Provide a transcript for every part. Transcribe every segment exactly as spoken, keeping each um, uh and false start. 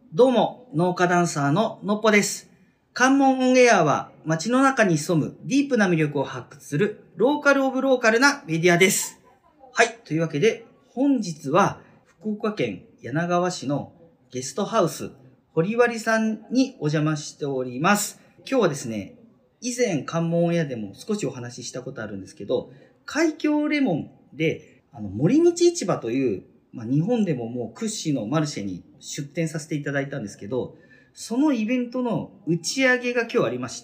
どうも、農家ダンサーののっぽです。関門オンエアは街の中に潜むディープな魅力を発掘するローカルオブローカルなメディアです。はい。というわけで、本日は福岡県柳川市のゲストハウス、堀割さんにお邪魔しております。今日はですね、以前関門オンエアでも少しお話ししたことあるんですけど、海峡レモンで、あの、森道市場という、まあ、日本でももう屈指のマルシェに出店させていただいたんですけど、そのイベントの打ち上げが今日ありまして、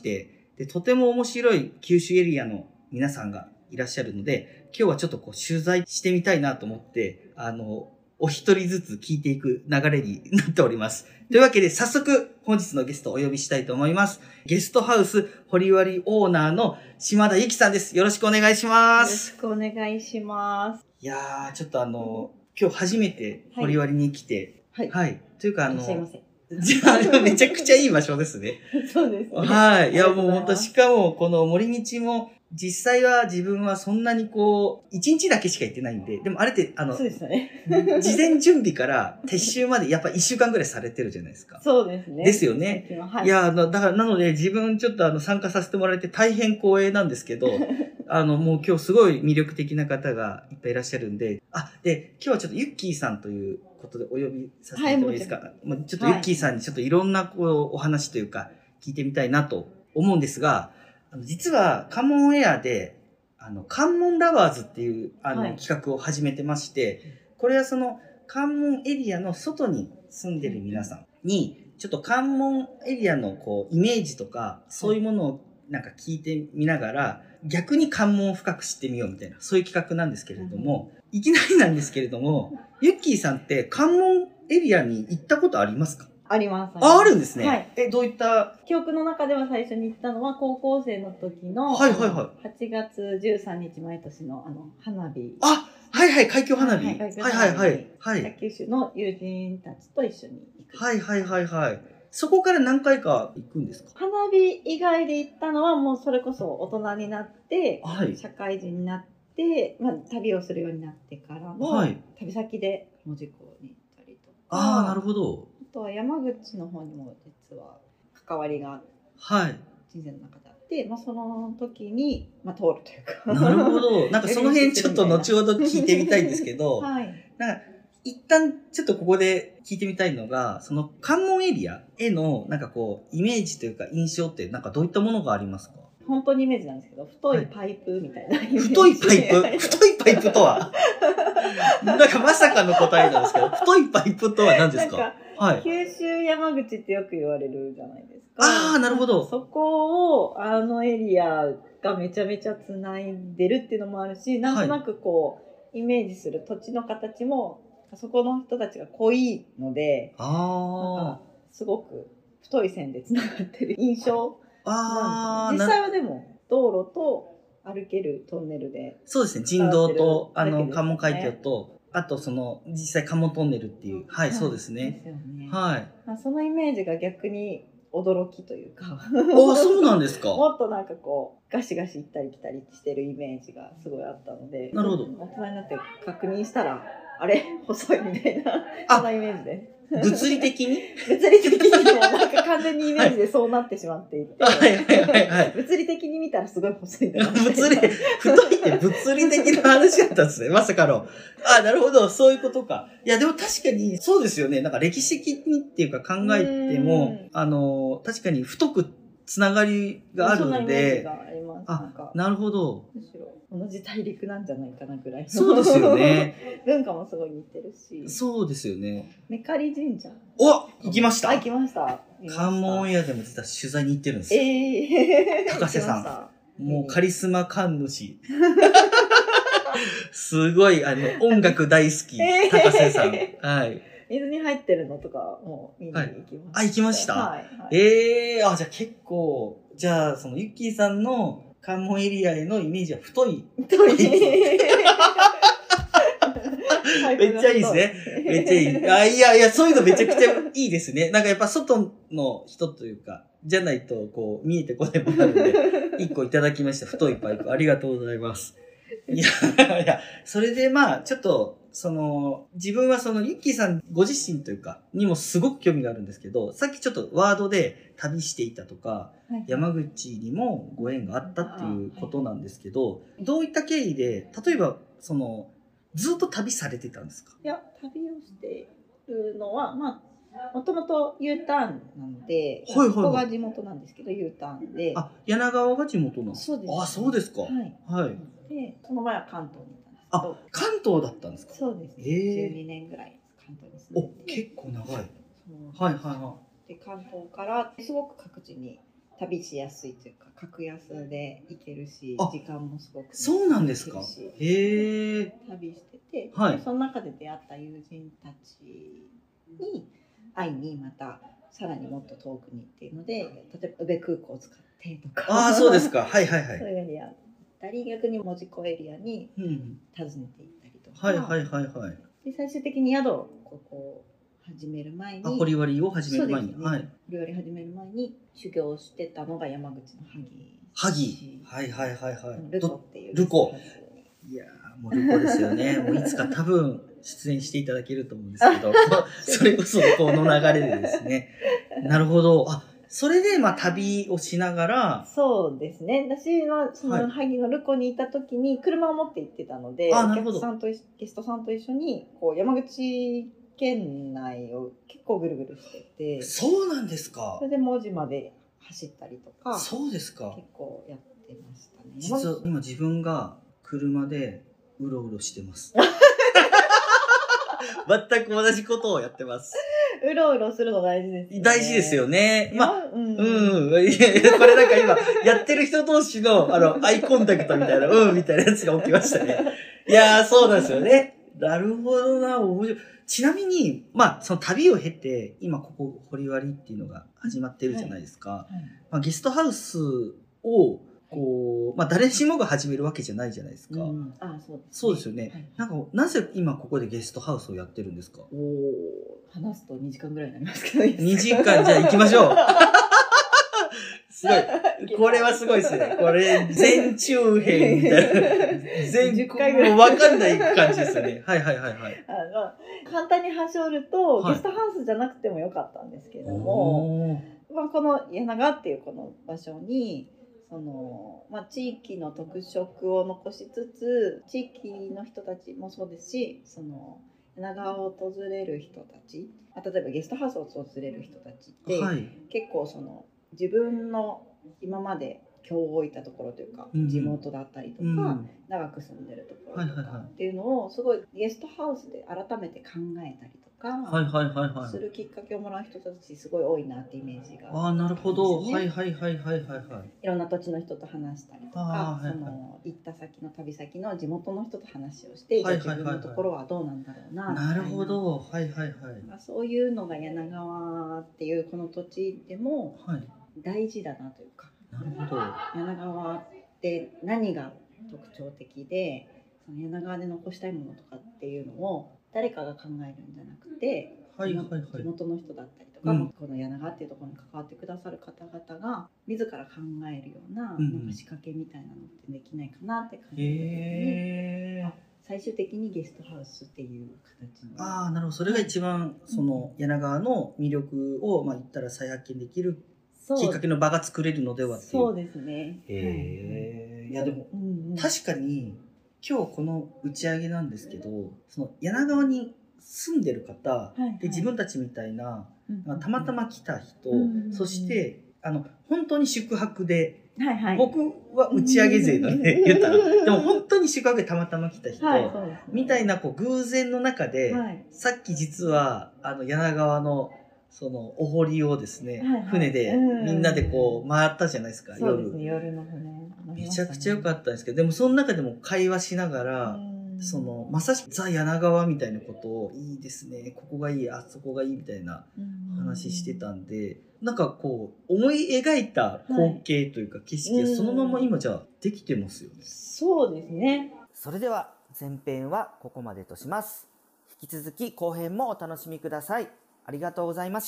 で、とても面白い九州エリアの皆さんがいらっしゃるので、今日はちょっとこう取材してみたいなと思って、あの、お一人ずつ聞いていく流れになっております。というわけで早速本日のゲストをお呼びしたいと思います。ゲストハウス堀割オーナーの島田由紀さんです。よろしくお願いします。 よろしくお願いします。 いやー、ちょっとあの、今日初めて堀割に来て、はい。はい。というかあの、 いらっしゃいませ。 じゃあ、めちゃくちゃいい場所ですね。 そうですね。 はい。いや、もう本当しかも、この森道も、実際は自分はそんなにこう、一日だけしか行ってないんで、でもあれって、あの、 そうですね。 事前準備から撤収までやっぱ一週間ぐらいされてるじゃないですか。 そうですね。 ですよね。はい、いや、だから、なので自分ちょっとあの、参加させてもらえて大変光栄なんですけど、あの、もう今日すごい魅力的な方がいっぱいいらっしゃるんで、あ、で、今日はちょっとユッキーさんということでお呼びさせていただいてもいいですか、はい、ちょっとユッキーさんにちょっといろんなこう、お話というか、聞いてみたいなと思うんですが、あの実は関門オンエアで、あの、関門ラバーズっていう、あの、はい、企画を始めてまして、これはその、関門エリアの外に住んでる皆さんに、ちょっと関門エリアのこう、イメージとか、そういうものをなんか聞いてみながら、逆に関門を深く知ってみようみたいな、そういう企画なんですけれども、うん、いきなりなんですけれども、ユッキーさんって関門エリアに行ったことありますか？ あります。 あ、あるんですね。 はい。 え、どういった記憶の中では最初に行ったのは高校生の時の、 はいはいはい。 はちがつじゅうさんにち毎年のあの、花火。 あ、はいはい、海峡花火。 はいはいはいはい。はい。 九州の友人たちと一緒に行く。 はいはいはいはい。そこから何回か行くんですか？ 花火以外で行ったのはもうそれこそ大人になって、はい、社会人になって、まあ、旅をするようになってからの、はい、旅先で門司港に行ったりとか。 ああ、なるほど。 あとは山口の方にも実は関わりが、 はい、 人生の中であって、まあ、その時に、まあ、通るというか。 なるほど。なんかその辺ちょっと後ほど聞いてみたいんですけど、 はい、 なんか一旦ちょっとここで聞いてみたいのが、その関門エリアへのなんかこうイメージというか印象ってなんかどういったものがありますか？ 本当にイメージなんですけど、太いパイプみたいなイメージ、はい、 太いパイプ太いパイプとはなんかまさかの答えなんですけど、太いパイプとは何ですか？ なんか、はい、九州山口ってよく言われるじゃないですか。 ああ、なるほど。 そこを、あのエリアがめちゃめちゃ繋いでるっていうのもあるし、なんとなくこう、はい、イメージする土地の形も、そこの人たちが濃いので、あすごく太い線で繋がってる印象なんです。実際はでも道路と歩けるトンネルで、 そうですね。人道とあの関門海峡と、あとその実際関門トンネルっていう、はい、はい、そうですね。 ですよね。 はい。 まあ、そのイメージが逆に驚きというか、ああ、そうなんですか。 もっとなんかこうガシガシ行ったり来たりしてるイメージがすごいあったので、 なるほど。 大人になって確認したら。あれ細いみたいな、そんなイメージで。 物理的に物理的にもなんか完全にイメージでそうなってしまっていて。 はいはいはいはい。 物理的に見たらすごい細いんだな。 物理、太いって物理的な話だったんですね。まさかの。あ、なるほど。そういうことか。いや、でも確かにそうですよね。なんか歴史的にっていうか考えても、あの、確かに太くつながりがあるんで。あ、なるほど。 むしろ同じ大陸なんじゃないかなぐらいの。 そうですよね。 文化もすごい似てるし。 そうですよね。 めかり神社。 お、行きました。 あ、行きました。 関門オンエアでも実は取材に行ってるんですよ。ええー。高瀬さん。もうカリスマ神主。すごい、あの、音楽大好き。高瀬さん。はい。 水に入ってるのとかも見に行きました。はい、 あ、行きました。はい。はい、ええー、あ、じゃあ結構、じゃあ、そのユッキーさんの関門エリアへのイメージは太い。太い。めっちゃいいですね。めっちゃいい。あ、いやいや、そういうのめちゃくちゃいいですね。なんかやっぱ外の人というか、じゃないとこう見えてこないものなので、一個いただきました。太いパイプ。ありがとうございます。いや、いや、それでまあ、ちょっと、 その、自分はその、ゆっきーさんご自身というか、にもすごく興味があるんですけど、さっきちょっとワードで旅していたとか、はい、山口にもご縁があったっていうことなんですけど、はい、どういった経緯で、例えば、その、ずっと旅されてたんですか？ いや、旅をしてるのは、まあ、もともと U ターンなので、はいはいはい、ここが地元なんですけど U ターンで、 あ、柳川が地元なんですか？ そうです、ね。 あ、そうですか。はい。はい。 で、その前は関東にいたんですけど。 あ、関東だったんですか？ そうですね。えー、じゅうにねんぐらい関東に住んでて。 お、結構長い。はいはいはい。で、関東からすごく各地に旅しやすいというか、格安で行けるし、時間もすごくそうなんですか？へえ。 旅してて、 はい、 その中で出会った友人たちに会いにまたさらにもっと遠くにっていうので、例えば宇部空港を使ってとか、 ああそうですか、はいはいはい、 そういうエリアたり、逆に門司港エリアに訪ねて行ったりとか、 はいはいはいはい。 で最終的に宿をここ始める前に、 あ、掘割を始める前に、 ね、はい、掘割始める前に修行してたのが山口の萩。 萩、はいはいはいはい。 ルコっていう。 ルコ。いやーもうルコですよね。もういつか多分出演していただけると思うんですけど、それこそこの流れでですね。なるほど。あ、それでまあ旅をしながら。 そうですね。私はその萩のルコにいた時に車を持って行ってたので、はい、お客さんとゲストさんと一緒にこう山口県内を結構ぐるぐるしてて。 そうなんですか。 それで門司まで走ったりとか。 そうですか。 結構やってましたね。 実は今自分が車でうろうろしてます。全く同じことをやってます。 うろうろするの大事ですよね。 大事ですよね。まあ、うん。うん。これなんか今、やってる人同士の、あの、アイコンタクトみたいな、うんみたいなやつが起きましたね。いやー、そうなんですよね。なるほどな、面白い。ちなみに、まあ、その旅を経て、今ここ、掘割っていうのが始まってるじゃないですか。はいはい、まあ、ゲストハウスを、こう、まあ、誰しもが始めるわけじゃないじゃないですか。うん、 ああ、そうですね。 そうですよね。はい、なんか、なぜ今ここでゲストハウスをやってるんですか？ おー、話すとにじかんぐらいになりますけど、 にじかんじゃあ行きましょう。すごい。これはすごいですね。これ、前中編みたいな。全じゅっかいぐらい。もうわかんない感じですよね。はいはいはいはい。 あの簡単に端折ると、はい、ゲストハウスじゃなくてもよかったんですけれども、まあ、この柳川っていうこの場所に、そのまあ、地域の特色を残しつつ、地域の人たちもそうですし、その柳川を訪れる人たち、例えばゲストハウスを訪れる人たちって、はい、結構その自分の今まで居を置いたところというか、うん、地元だったりとか、うん、長く住んでるところとかっていうのをすごいゲストハウスで改めて考えたりとかするきっかけをもらう人たちすごい多いなってイメージがあるんですね。 ああ、なるほど。はいはいはいはいはいはい。 いろんな土地の人と話したりとか、はいはい、その行った先の旅先の地元の人と話をして、はいはいはいはい、自分のところはどうなんだろうな。 なるほど。はいはいはい。 そういうのが柳川っていうこの土地でも大事だなというか。 なるほど。 柳川って何が特徴的で、その柳川で残したいものとかっていうのを誰かが考えるんじゃなくて、はいはいはい、地元の人だったりとか、うん、この柳川っていうところに関わってくださる方々が自ら考えるような、うん、なんか仕掛けみたいなのってできないかなって感じで、最終的にゲストハウスっていう形の。 ああ、なるほど。それが一番その柳川の魅力を、まあ、言ったら再発見できるきっかけの場が作れるのではっていう。 そうですね。 へえ。いやでも、うんうん、確かに今日この打ち上げなんですけど、その柳川に住んでる方、はいはい、で自分たちみたいな、うん、たまたま来た人、うんうん、そしてあの本当に宿泊で、はいはい、僕は打ち上げ勢なんで言ったら、でも本当に宿泊でたまたま来た人、はい、みたいなこう偶然の中で、はい、さっき実はあの柳川のそのお堀をですね、はいはい、船でみんなでこう回ったじゃないですか、 そうですね、夜の船、 めちゃくちゃ良かったんですけど、でもその中でも会話しながら、そのまさしくザ・柳川みたいなことを、いいですね、ここがいい、あそこがいいみたいな話してたんで、なんかこう思い描いた光景というか景色がそのまま今じゃあできてますよね。 そうですね。 それでは前編はここまでとします。引き続き後編もお楽しみください。ありがとうございました。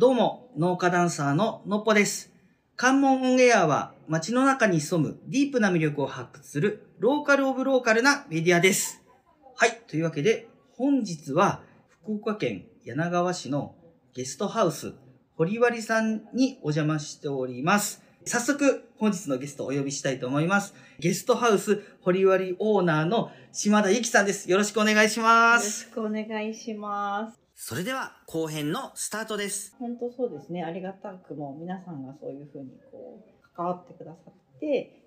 どうも、農家ダンサーののっぽです。関門オンエアは街の中に潜むディープな魅力を発掘するローカルオブローカルなメディアです。はい、というわけで本日は福岡県柳川市のゲストハウス堀割さんにお邪魔しております。早速本日のゲストをお呼びしたいと思います。ゲストハウス堀割オーナーの島田由紀さんです。よろしくお願いします。 よろしくお願いします。 それでは後編のスタートです。 本当そうですね。ありがたくも皆さんがそういうふうにこう関わってくださって、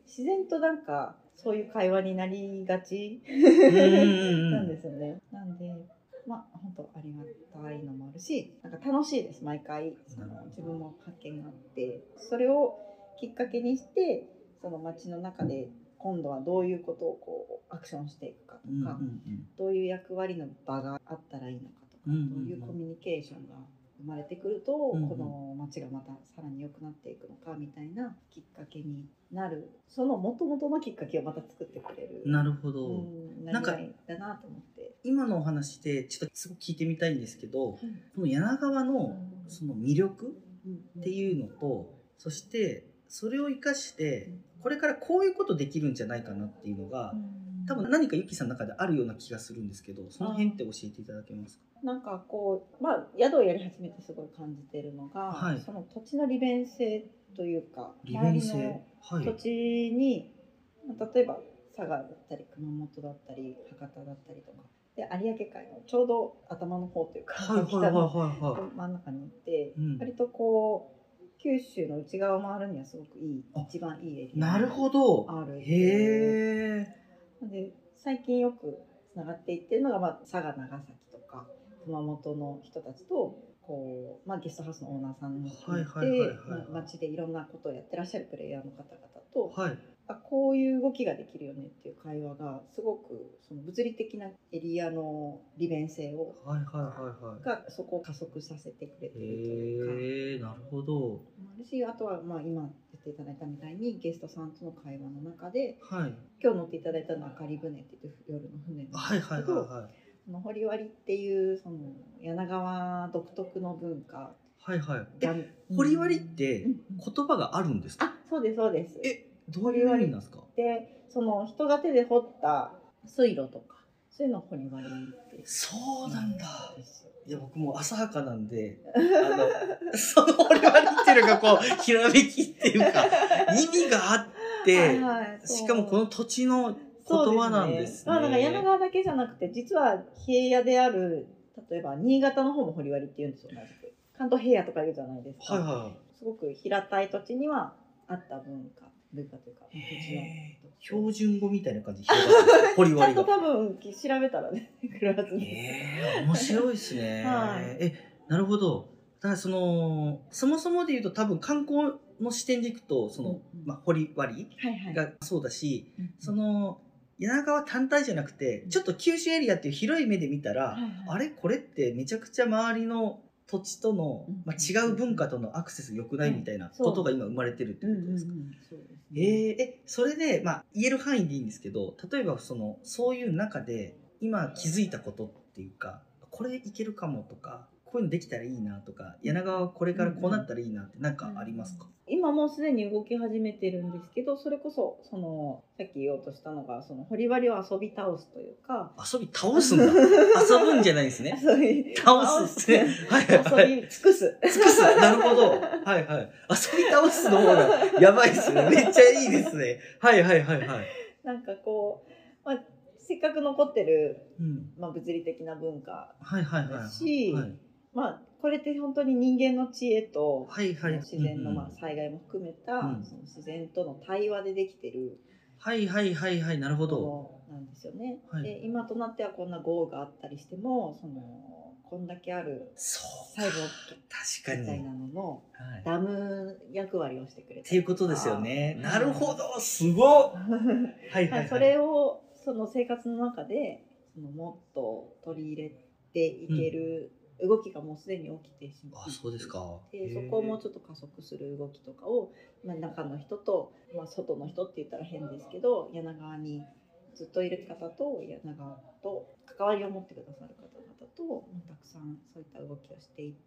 自然となんかそういう会話になりがちなんですよね。なんで、まあ本当ありがたいのもあるし、なんか楽しいです。毎回その自分も発見があって、それをきっかけにしてその街の中で今度はどういうことをこうアクションしていくかとか、うんうんうん、どういう役割の場があったらいいのかとか、うんうんうん、どういうコミュニケーションが生まれてくると、うんうん、この街がまたさらに良くなっていくのかみたいなきっかけになる、その元々のきっかけをまた作ってくれる。 なるほど、うん、 なんかだなと思って、 今のお話でちょっとすごく聞いてみたいんですけど、うん、この柳川のその魅力っていうのと、うんうん、そしてそれを生かしてこれからこういうことできるんじゃないかなっていうのが、うん、多分何かゆきさんの中であるような気がするんですけど、その辺って教えていただけますか？ なんかこう、まあ、宿をやり始めてすごい感じてるのが、はい、その土地の利便性というか、周りの土地に、はい、例えば佐賀だったり熊本だったり博多だったりとかで、有明海のちょうど頭の方というか、はい、北の真ん中にいて、うん、割とこう九州の内側を回るにはすごくいい、一番いいエリアなるほどある。 へー。で最近よくつながっていってるのが、まあ、佐賀長崎とか熊本の人たちとこう、まあ、ゲストハウスのオーナーさんも含めて街でいろんなことをやってらっしゃるプレイヤーの方々と、はい、あこういう動きができるよねっていう会話がすごくその物理的なエリアの利便性を、はいはいはいはい、がそこを加速させてくれてるというか。 へー、なるほど。 あとはまあ今言っていただいたみたいにゲストさんとの会話の中で、 はい、 今日乗っていただいたのは明かり船って言って夜の船なんですけど、はいはいはいはい、その堀割っていうその柳川独特の文化、 はいはい、え堀割って言葉があるんですか？ あ、そうですそうです。 えどういう意味なんですか？ でその人が手で掘った水路とかそういうのを堀割って。 そうなんだ。いや僕もう浅はかなんであのその堀割っていうのがこうひらめきっていうか意味があってはい、はい、しかもこの土地の言葉なんですね。 まあ、なんか柳川だけじゃなくて実は平野である例えば新潟の方も堀割って言うんですよ。関東平野とか言うじゃないですか、はいはい、すごく平たい土地にはあった文化文化というか土地の標準語みたいな感じで堀割がちゃんと多分調べたらね来るはずです。 えー、面白いですね、はい、えなるほど。だからそのそもそもで言うと多分観光の視点でいくとその、うんまあ、堀割がそうだし、はいはい、その柳川単体じゃなくてちょっと九州エリアっていう広い目で見たら、はいはい、あれこれってめちゃくちゃ周りの土地との、まあ、違う文化とのアクセス良くないみたいなことが今生まれてるってことですか？えー、えそれで、まあ、言える範囲でいいんですけど、例えばそのそういう中で今気づいたことっていうかこれいけるかもとかこういうのできたらいいなとか柳川はこれからこうなったらいいなって何かありますか？うんうん、今もうすでに動き始めてるんですけど、それこそそのさっき言おうとしたのがその堀割を遊び倒すというか遊び倒すんだ遊ぶんじゃないですね遊び倒すですねはい、はい、 遊び尽くす尽くすなるほどはいはい遊び倒すの方がやばいですねめっちゃいいですねはいはいはいはいなんかこう、まあ、せっかく残ってる、うんまあ、物理的な文化だし、まあこれって本当に人間の知恵と、はいはい、自然のまあ災害も含めた、うん、その自然との対話でできてるはいはいはいはいなるほどなんですよね、はい、で今となってはこんな豪雨があったりしてもそのこんだけある細部みたいなののダム役割をしてくれたっていうことですよね、はい、なるほどすごっはいはい、はい、 それをその生活の中でそのもっと取り入れていける、うん動きがもうすでに起きてしまって、あ、そうですか。でそこをもうちょっと加速する動きとかを、まあ、中の人と、まあ、外の人って言ったら変ですけど柳川にずっといる方と柳川と関わりを持ってくださる方々とたくさんそういった動きをしていって、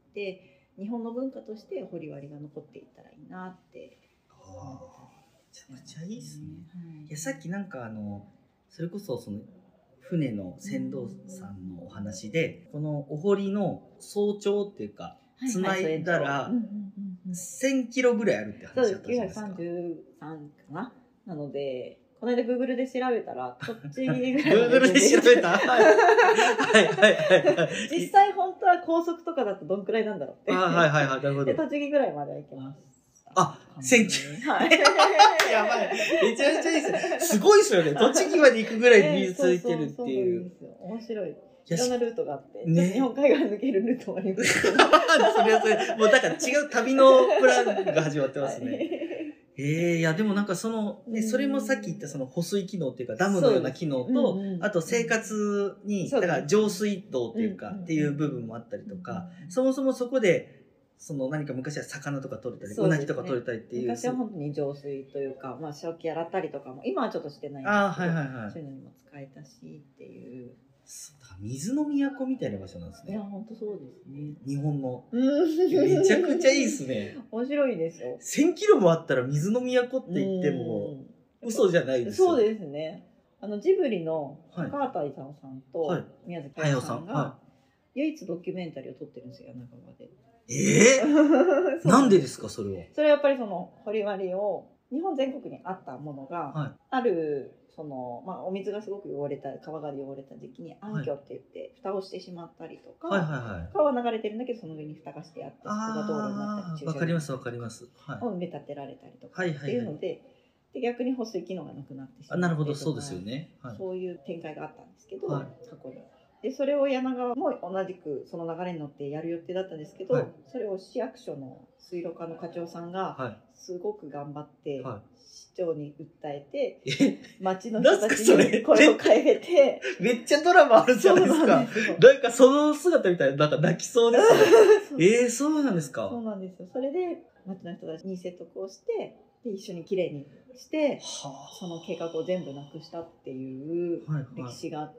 日本の文化として掘割が残っていったらいいなって思ってた。 めちゃくちゃいいですね。はい、いやさっきなんかあのそれこそその船の船頭さんのお話で、このお堀の早朝っていうかつないだらせんキロぐらいあるって話だったじゃないですか。 そうです、きゅうひゃくさんじゅうさんかな。なのでこの間 Google で調べたらこっちぐらい Google で調べたはいはいはいはい。 実際本当は高速とかだとどんくらいなんだろうって。 あはいはいはい、なるほど。 で栃木ぐらいまでは行けます。 あ、せんキロ。 はい。 やばい。めちゃめちゃいいです。すごいですよね。栃木まで行くぐらい技術ついてるっていう。 面白い。いろんなルートがあって、 ね、 日本海岸抜けるルートもありますけど。 それはそれ、もうだから違う旅のプランが始まってますね。はい、ええー、いやでもなんかその、ね、それもさっき言ったその保水機能っていうかダムのような機能と、うんうん、あと生活に、だから上水道っていうか、っていう部分もあったりとか、そもそもそこで、その何か昔は魚とか取れたり、うなぎとか取れたりっていう。 昔は本当に浄水というか、まあ食器洗ったりとかも、今はちょっとしてないんですけど、 あ、はいはいはい、 そういうのにも使えたしっていう。 水の都みたいな場所なんですね。 いや、本当そうですね。 日本の。めちゃくちゃいいですね。 面白いですよ。 せんキロもあったら水の都って言っても、嘘じゃないですよ。 そうですね。あの、ジブリの高畑勲さんと宮崎駿さんが、唯一ドキュメンタリーを撮ってるんですよ、柳川で。 ええー、なんでですか、それは。 それはやっぱりその、掘割を、日本全国にあったものが、はい、ある、その、まあ、お水がすごく汚れた、川が汚れた時期に暗渠って言って、蓋をしてしまったりとか、はいはいはい、川は流れてるんだけど、その上に蓋がしてあって、そこが道路になったり、 わかりますわかります。 はい、埋め立てられたりとかっていうので、はいはいはい、で逆に保水機能がなくなってしまって、 なるほど、そうですよね。 はい、そういう展開があったんですけど、はい、過去に。でそれを柳川も同じくその流れに乗ってやる予定だったんですけど、はい、それを市役所の水路課の課長さんがすごく頑張って、はい、市長に訴えて、町の人たちにこれを変えてめっちゃドラマあるじゃないですか。なんかその姿みたいな、なんか泣きそうですね。えー、そうなんですか。 そうなんですよ。それで町の人たちに説得をしてで一緒にきれいにして、はあ、その計画を全部なくしたっていう歴史があって、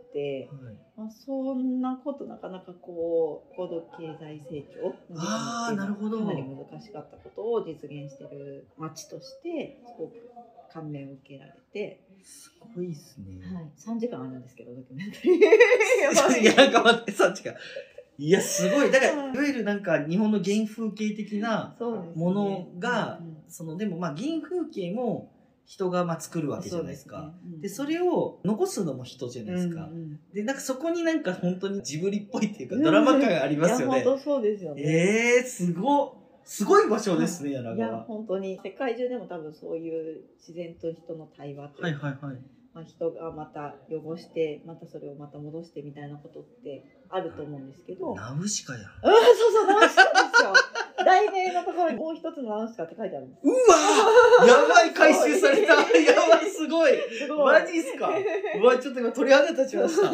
はいはい、まあ、そんなことなかなかこう高度経済成長のあー、なるほど、 かなり難しかったことを実現している町としてすごく感銘を受けられて、 すごいですね。 はい、さんじかんあるんですけどドキュメンタリーいやなんか待ってさんじかんいやすごい。だからいわゆるなんか日本の原風景的なものが、ね、うん、そのでもまあ原風景も人がまあ作るわけじゃないですか。で、ねうん、でそれを残すのも人じゃないですか。うんうん、でなんかそこになんか本当にジブリっぽいっていうかドラマ感がありますよね。 いや本当そうですよね。 えー、すごっ。すごい場所ですね、柳川。 いや本当に世界中でも多分そういう自然と人の対話というか、はいはいはい、まあ、人がまた汚してまたそれをまた戻してみたいなことってあると思うんですけど、 ナウシカやん。 うん、そうそう、ナウシカですよ。題名のところにもう一つのナウシカって書いてあるんです。 うわやばい、回収された。やばい、すごい。すごいマジっすか。うわちょっと今鳥肌立ちました。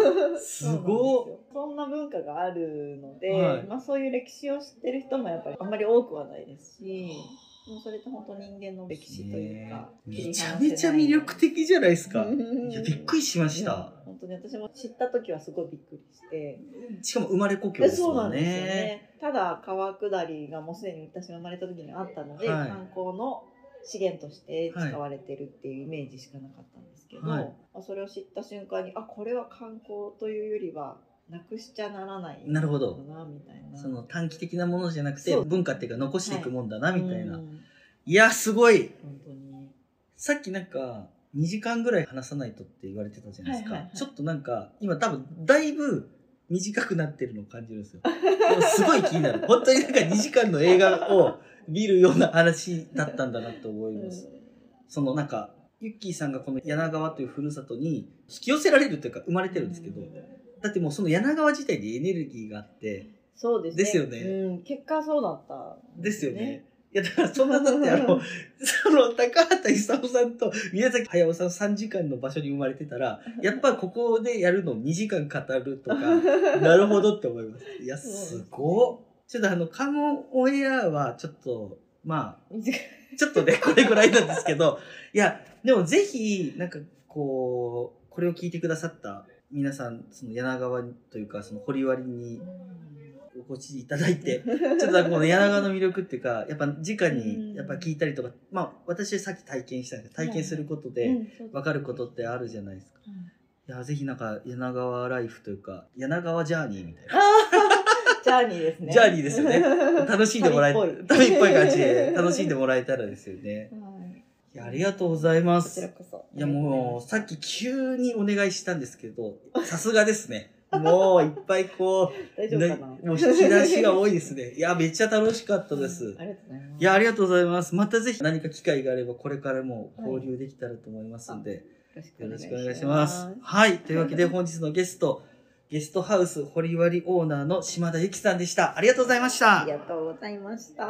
すごっ。 そんな文化があるので、はい、まあそういう歴史を知ってる人もやっぱりあんまり多くはないですし、もうそれって本当人間の歴史というか、 めちゃめちゃ魅力的じゃないですか。いやびっくりしました。 本当に私も知った時はすごいびっくりして、 しかも生まれ故郷ですよね。 そうなんですよね。ただ川下りがもうすでに私が生まれた時にあったので、はい、観光の資源として使われてるっていうイメージしかなかったんですけど、はい、それを知った瞬間にあこれは観光というよりはなくしちゃならないなるほどなみたいな、 その短期的なものじゃなくて文化っていうか残していくもんだなみたいな、はい、いやすごい。 本当にさっきなんかにじかんぐらい話さないとって言われてたじゃないですか、はいはいはい、ちょっとなんか今多分だいぶ短くなってるのを感じるんですよ。すごい気になる。本当になんかにじかんの映画を見るような話だったんだなと思います。うん、そのなんかユッキーさんがこの柳川というふるさとに引き寄せられるというか生まれてるんですけど、うん、だってもうその柳川自体でエネルギーがあって、 そうですね。 ですよね。 うん、結果そうだったですよね。いやだからそんなだってあのその高畑勲さんと宮崎駿さんさんじかんの場所に生まれてたらやっぱここでやるのにじかん語るとかなるほどって思います。いやすごっ。ちょっとあの関門オンエアはちょっとまあちょっとねこれぐらいなんですけど、いやでもぜひなんかこうこれを聞いてくださった皆さんその柳川というかその掘割にお越しいただいて、ちょっとなんかこの柳川の魅力っていうか、やっぱ直にやっぱ聞いたりとか、まあ私はさっき体験したんですけど、体験することで分かることってあるじゃないですか。うん、いや、ぜひなんか柳川ライフというか、柳川ジャーニーみたいな。 ジャーニーですね。 ジャーニーですよね。楽しんでもらえ、旅っぽい感じで楽しんでもらえたらですよね。いや、ありがとうございます。 こちらこそ。 いや、もう、さっき急にお願いしたんですけど、さすがですね。もう、いっぱいこう、 大丈夫かな、 もう引き出しが多いですね。いや、めっちゃ楽しかったです。うん、 ありがとうございます。 いや、ありがとうございます。またぜひ何か機会があれば、これからも交流できたらと思いますので、はい、よろしくお願いします。はい。というわけで、本日のゲスト、ゲストハウス堀割オーナーの島田由紀さんでした。ありがとうございました。 ありがとうございました。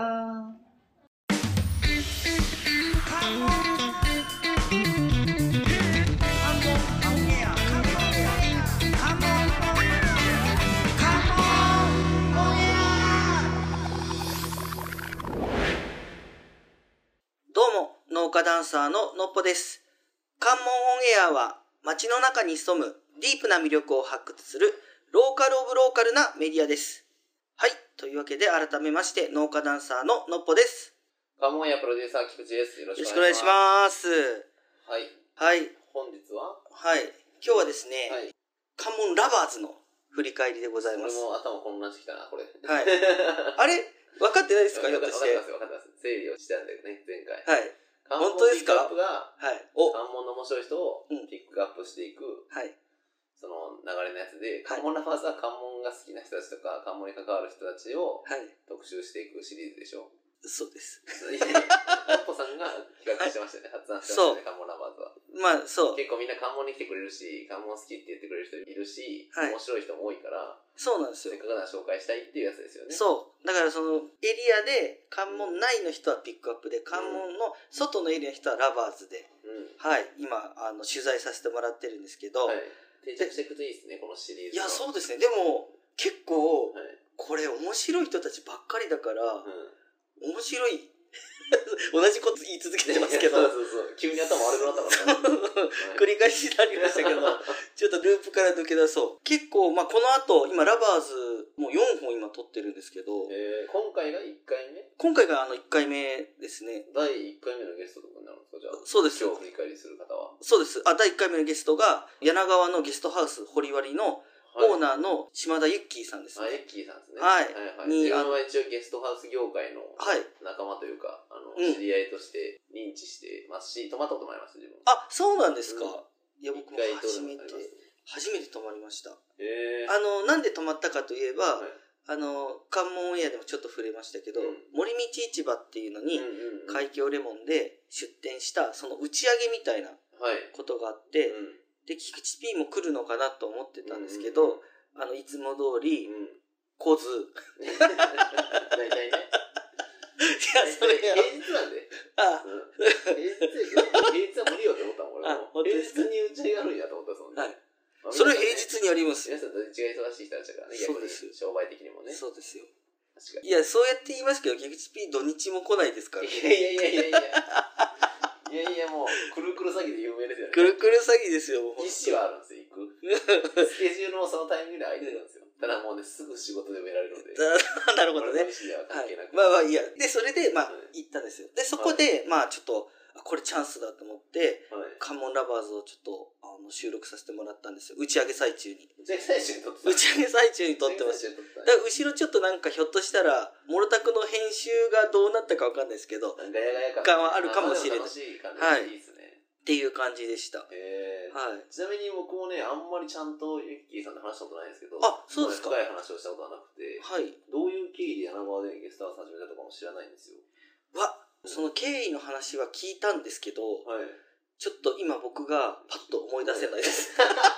どうも、農家ダンサーののっぽです。関門オンエアは街の中に潜むディープな魅力を発掘するローカルオブローカルなメディアです。はい。というわけで改めまして農家ダンサーののっぽです。 関門屋プロデューサー菊池です。よろしくお願いしいします。 はい。 はい。 はい。 本日ははい。今日はですね、 はい、 関門ラバーズの振り返りでございます。 俺も頭混乱してきたな、これ。 はい。あれ分かってないですか？ひょっとして。 分かってます、分かってます。整理をしたんだよね、前回。 はい。本当ですか？ 関門ピックアップが、 はい。お関門の面白い人をピックアップしていく、うん、 はい。 その流れのやつで、関門ラバーズは関門が好きな人たちとか、関門に関わる人たちを特集していくシリーズでしょ。 そうです。 のっぽさんが企画してましたよね、発案してましたね、関門ラバーズは。 まあ、そう。 結構みんな関門に来てくれるし、関門好きって言ってくれる人いるし、 はい、 面白い人も多いから、 そうなんですよ。 せっかくなら紹介したいっていうやつですよね。 そう。だからそのエリアで関門内の人はピックアップで、関門の外のエリアの人はラバーズで、うん、はい、今あの取材させてもらってるんですけど、はい、 定着していくといいですね、このシリーズ。 いや、そうですね。でも結構、はい、これ面白い人たちばっかりだから、うん、面白い。同じこと言い続けてますけどそうそうそう急に頭悪くなったからね繰り返しになりましたけどちょっとループから抜け出そう結構まあこの後今ラバーズもうよんほん今撮ってるんですけど、 えー、今回がいっかいめ今回があのいっかいめですねだいいっかいめのゲストとかになるんですかじゃあそうです今日振り返りする方はそうですあだいいっかいめのゲストが柳川のゲストハウス堀割のオーナーの島田ゆっきーさんですね。 あ、ゆっきーさんですね。 はい。 はいはい、自分は一応ゲストハウス業界の仲間というか、はい、あの、うん、知り合いとして認知してますし、泊まったこともあります、自分。 あ、そうなんですか。うん、いや、僕も初めて、初めて泊まりました。 へー。 あの、なんで泊まったかといえば、はい、あの、関門オンエアでもちょっと触れましたけど、うん、森道市場っていうのに、海峡レモンで出店した、その打ち上げみたいなことがあって、はいうんで、菊池 P も来るのかなと思ってたんですけど、うんうん、あの、いつも通り、うん、来ず。 大体ね。いや、それ、平日なんで。ああ。うん、平日平日は無理よって思ったもん、俺も。平日に打ち上げあるんやと思ったそんな。はい。まあ、それ平日にあります。 皆さん土日が忙しい人たちだからね、逆に商売的にもね。 そうですよ。確かに。いや、そうやって言いますけど、菊池 P 土日も来ないですからね。 いやいやいやいやいや。いやいやもう、くるくる詐欺で有名ですよね。 くるくる詐欺ですよ、もう。 意思はあるんですよ、行く。スケジュールもそのタイミングで空いてるんですよ。ただもうね、すぐ仕事で埋められるので。 なるほどね。 意思では関係なく、はい。 まあまあいいや。で、それで、まあ、行ったんですよ。で、そこで、はい、まあちょっと、これチャンスだと思って、はい、関門ラバーズをちょっと、あの、収録させてもらったんですよ。打ち上げ最中に。 打ち上げ最中に撮ってた打ち上げ最中に撮ってました。だから後ろちょっとなんかひょっとしたら、モルタクの編集がどうなったかわかんないですけど、 ガヤガヤ感があるかもしれない。 楽しい感じでいいですね。 はいっていう感じでした。 へー。 はい。 ちなみに僕もね、あんまりちゃんとユッキーさんと話したことないんですけど、 あ、そうですか。 深い話をしたことはなくて、 はい。 どういう経緯で柳川でゲストハウス始めたとかも知らないんですよ。 わ、その経緯の話は聞いたんですけど、 はい。 ちょっと今僕がパッと思い出せないです。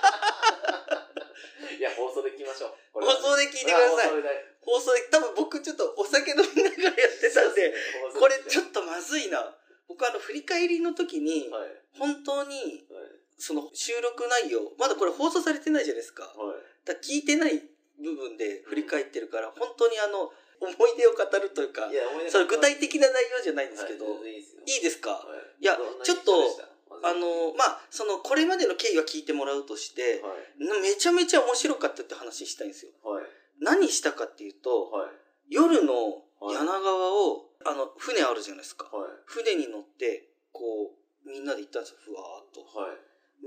いや、放送で聞きましょう。 放送で聞いてください。放送で、多分僕ちょっとお酒飲みながらやってたんで、これちょっとまずいな。僕あの振り返りの時に、はい、本当に、はい、その収録内容、まだこれ放送されてないじゃないですか。はい、だから聞いてない部分で振り返ってるから、うん、本当にあの、思い出を語るというか、いやそれ具体的な内容じゃないんですけど、はい、いいですよ。いいですか、はい、いや、ちょっと、あの、まあ、その、これまでの経緯は聞いてもらうとして、はい、めちゃめちゃ面白かったって話したいんですよ。 はい、 何したかっていうと、はい、夜の柳川を、はい、あの、船あるじゃないですか。はい、船に乗って、こう、みんなで行ったんですよ、ふわーっと。はい、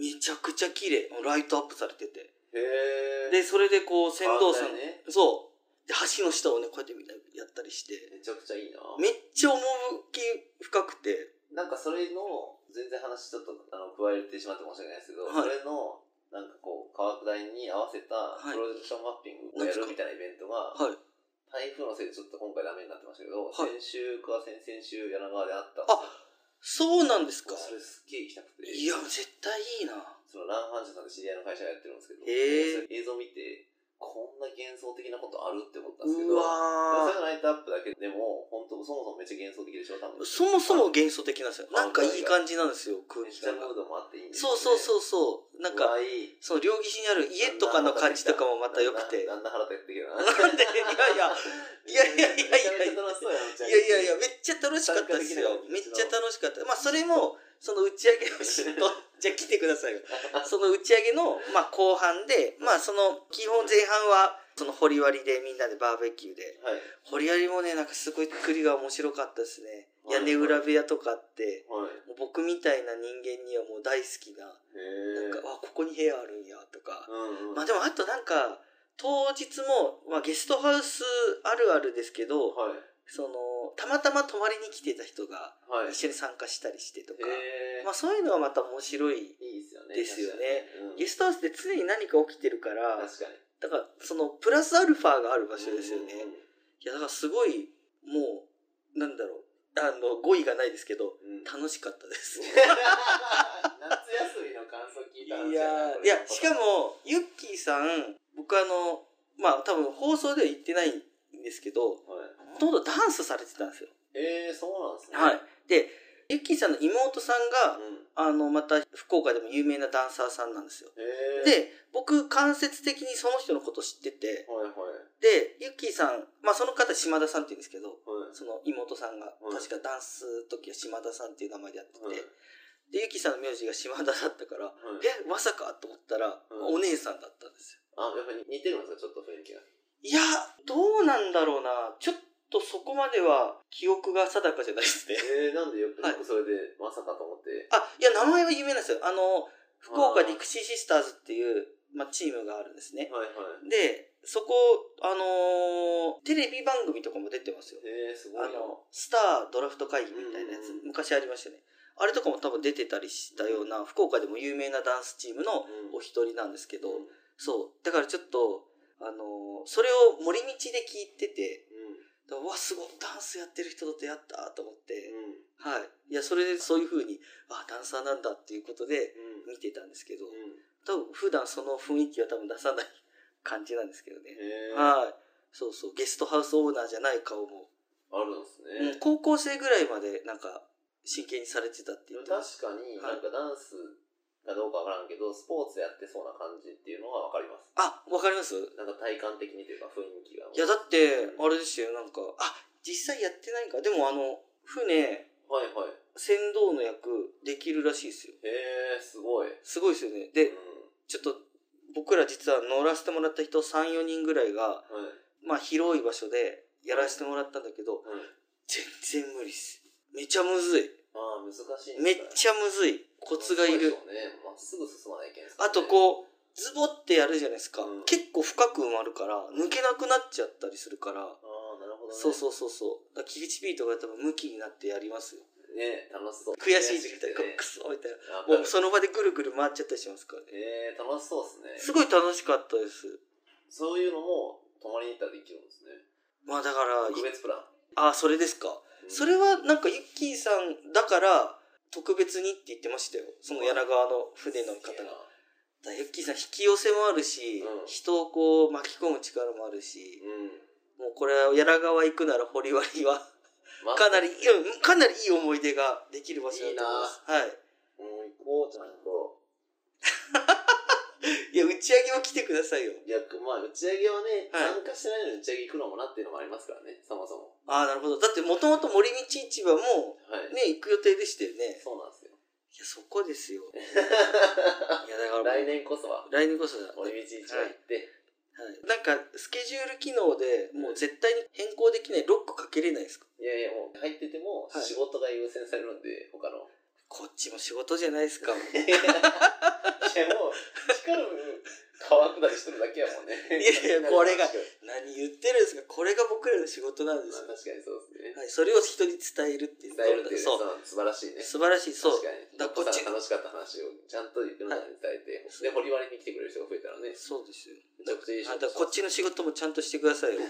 めちゃくちゃ綺麗。ライトアップされてて。へー。で、それでこう、船頭さん、ね、そう。で、橋の下をね、こうやってみんなやったりして。 めちゃくちゃいいな。 めっちゃ趣深くて。 なんかそれの、全然話ちょっと、あの、加えてしまって申し訳ないですけど、はい、それの、なんかこう、川下りに合わせたプロジェクションマッピングをやるみたいなイベントが、はい、台風のせいでちょっと今回ダメになってましたけど、はい、先週か先々週柳川であったんですよ。あ、そうなんですか。 それすっげえ行きたくて。 いや、絶対いいな。 その乱反射さんで知り合いの会社がやってるんですけど、えー、映像見て、こんな幻想的なことあるって思ったんですけど、うわそれのライトアップだけでも、本当そもそもめっちゃ幻想的でしょ、多分。 そもそも幻想的なんですよ。なんかいい感じなんですよ、空気感が。 めっちゃムードもあっていいんですよ、ね。そうそうそうそう。なんか、いいその両岸にある家とかの感じとかもまた良くて。 なんだ腹立ってきるな。 なんで、いやいや、いやいやいやいや、いやいやいや、めっちゃ楽しかったですよ。めっちゃ楽しかった。まあそれも、その打ち上げのシーンと、じゃあ来てくださいよ。その打ち上げの、まあ後半で、まあその、基本前半は、その掘割りでみんなでバーベキューで。はい、掘割りもね、なんかすごい作りが面白かったですね。はい、屋根裏部屋とかって、はい、もう僕みたいな人間にはもう大好きな、なんか、あ、ここに部屋あるんや、とか。うんうん、まあでもあとなんか、当日も、まあゲストハウスあるあるですけど、はい、その、たまたま泊まりに来てた人が一緒に参加したりしてとか、はい、まあそういうのはまた面白いですよね。うん、ゲストハウスって常に何か起きてるから、確かにだから、その、プラスアルファがある場所ですよね。うんうん、いや、だからすごい、もう、なんだろう、あの、語彙がないですけど、うん、楽しかったです。 夏休みの感想聞いたらいや、いや、しかも、ユッキーさん、僕あの、まあ多分放送では言ってないんですけど、はい、ほとんどダンスされてたんですよ。 えー、そうなんですね。 はい。で、ユッキーさんの妹さんが、うん、あの、また福岡でも有名なダンサーさんなんですよ。で、僕間接的にその人のこと知ってて、はいはい、で、ユッキーさん、まあその方島田さんって言うんですけど、はい、その妹さんが、はい、確かダンス時は島田さんっていう名前でやってて、はい、で、ユッキーさんの名字が島田だったから、はい、え、まさかと思ったら、はい、お姉さんだったんですよ。 あ、やっぱり似てるんですか、ちょっと雰囲気が。 いや、どうなんだろうな。ちょっとそこまでは記憶が定かじゃないですね。 えー、なんでよくそれでまさかと思って。 はい、あ、いや、名前は有名なんですよ。あの、福岡ディクシーシスターズっていう、まあ、チームがあるんですね。はいはい。で、そこ、あのー、テレビ番組とかも出てますよ。へー、すごいな。あの、スタードラフト会議みたいなやつ、うんうん、昔ありましたね。あれとかも多分出てたりしたような、福岡でも有名なダンスチームのお一人なんですけど、うん、そう。だからちょっと、あのー、それを森道で聞いてて、うん、うわ、すごい、ダンスやってる人と出会ったと思って、うん、はい。いや、それでそういう風に、あ、ダンサーなんだっていうことで見てたんですけど、うん、多分普段その雰囲気は多分出さない感じなんですけどね。はい。そうそう、ゲストハウスオーナーじゃない顔も。 あるんですね。 うん、高校生ぐらいまでなんか真剣にされてたって言ってます。確かになんかダンスかどうかわからんけど、スポーツやってそうな感じっていうのはわかります。 あ、わかります？ なんか体感的にというか雰囲気が。 いや、だって、あれですよ、なんか、あ、実際やってないか。でもあの、船、はいはい。船頭の役できるらしいですよ。 へー、すごい。 すごいですよね。で、うん、ちょっと僕ら実は乗らせてもらった人さん、よにんぐらいが、はい、まあ広い場所でやらせてもらったんだけど、はい、全然無理です。めちゃむずい。 ああ、難しいんですかね。 めっちゃむずい。コツがいる。 そうでしょうね。まっすぐ進まないけんですね。あとこう、ズボってやるじゃないですか。うん、結構深く埋まるから、抜けなくなっちゃったりするから。ああ、なるほどね。 そうそうそうそう。だからキビチビートが多分向きになってやりますよ。 ね、楽しそう。 悔しい時期みたいな、ね、クソみたいな。もうその場でぐるぐる回っちゃったりしますからね。 えー、楽しそうですね。 すごい楽しかったです。 そういうのも泊まりに行ったらできるんですね。 まあだから、 特別プラン。 ああ、それですか。うん、それはなんかユッキーさんだから特別にって言ってましたよ。その柳川の船の方が。だユッキーさん引き寄せもあるし、うん、人をこう巻き込む力もあるし、うん、もうこれは柳川行くなら掘割はかなり、かなりいい思い出ができる場所だと思います。いいな。はい。 もう行こう、ちゃんと。 いや、打ち上げは来てくださいよ。 いや、まあ、打ち上げはね、はい、参加してないのに打ち上げ行くのもなっていうのもありますからね、そもそも。 ああ、なるほど。だって、もともと森道市場も、ね、はい、行く予定でしたよね。 そうなんですよ。 いや、そこですよ。いや、だから。 来年こそは。 来年こそだ。 森道市場行って、 い。なんか、スケジュール機能でもう絶対に変更できないロックかけれないですか？ いやいや、もう入ってても仕事が優先されるんで、他の。 こっちも仕事じゃないですか。いや、 もう、光る川下りしてるだけやもんね。 いやいや、これが、何言ってるんですか？これが僕らの仕事なんですよ。 確かにそうですね。 はい、それを人に伝えるっていう。 伝えるっていう、そう。素晴らしいね。 素晴らしい、そう。 確かに。だからこっち楽しかった話をちゃんと世の中に伝えて、で、掘り割りに来てくれる人が増えたらね。 そうですよ。 めちゃくちゃいい仕事。 だからこっちの仕事もちゃんとしてくださいよ。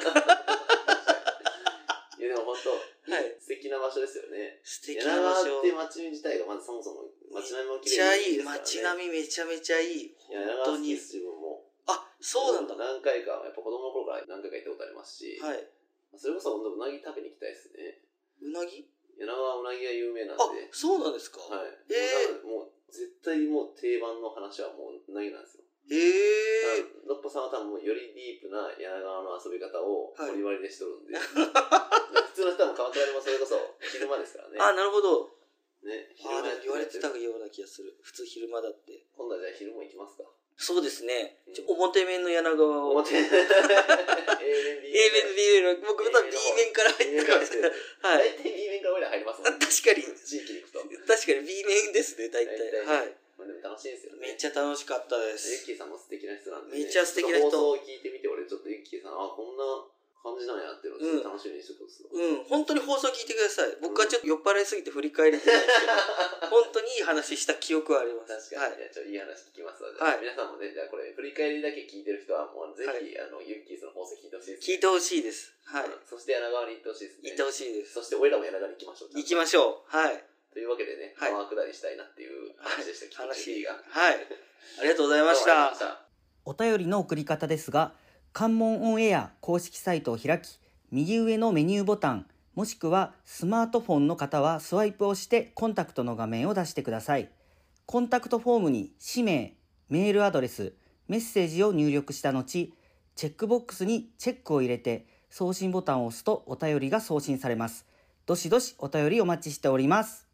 いや、でも本当、はい、素敵な場所ですよね。 素敵な場所。 柳川って街自体がまずそもそも街並みも綺麗ですからね。めっちゃいい。街並みめちゃめちゃいい。 本当に。自分も。 あ、そうなんだ。 何回か、やっぱ子供の頃から何回か行ったことありますし。 はい。 それこそ、うなぎ食べに行きたいですね。 うなぎ？ 柳川うなぎが有名なんで。 あ、そうなんですか？ はい。 えー、もう、絶対もう定番の話はもううなぎなんですよ。 ええー。のっぽさんは多分もうよりディープな柳川の遊び方を掘り割りでしとるんで。はい、普通の人も鎌倉でもそれこそ昼間ですからね。 あ、なるほど。 ね。 昼間言われてたような気がする。普通昼間だって。 今度はじゃあ昼も行きますか。 そうですね。ちょ、表面の柳川を。 表面。A 面、B 面。 A 面、B 面。僕また B 面から入ってるんですけど。はい。 大体 B 面から俺ら入りますもんね。 確かに。 地域に行くと。 確かに B 面ですね、大体。はい。 まあでも楽しいですよね。 めっちゃ楽しかったです。 ユッキーさんも素敵な人なんで。 めっちゃ素敵な人。 放送を聞いてみて、俺ちょっとユッキーさん、あ、こんな感じなんやっていうのを楽しみにしてたんですよ。 うん、本当に放送聞いてください。僕はちょっと酔っ払いすぎて振り返れてないですけど、本当にいい話した記憶はあります。 確かに。いや、ちょっといい話聞きますわ。はい。皆さんもね、じゃあこれ、振り返りだけ聞いてる人は、もうぜひ、あの、ユッキーさんの放送聞いてほしいです。 聞いてほしいです。はい。 そして柳川に行ってほしいですね。 行ってほしいです。 そして俺らも柳川に行きましょう。 行きましょう。はい。 というわけでね、川下りしたいなっていう話でした。 話が。はい。ありがとうございました。お便りの送り方ですが、関門オンエア公式サイトを開き、右上のメニューボタン、もしくはスマートフォンの方はスワイプをしてコンタクトの画面を出してください。コンタクトフォームに氏名、メールアドレス、メッセージを入力した後、チェックボックスにチェックを入れて送信ボタンを押すとお便りが送信されます。どしどしお便りお待ちしております。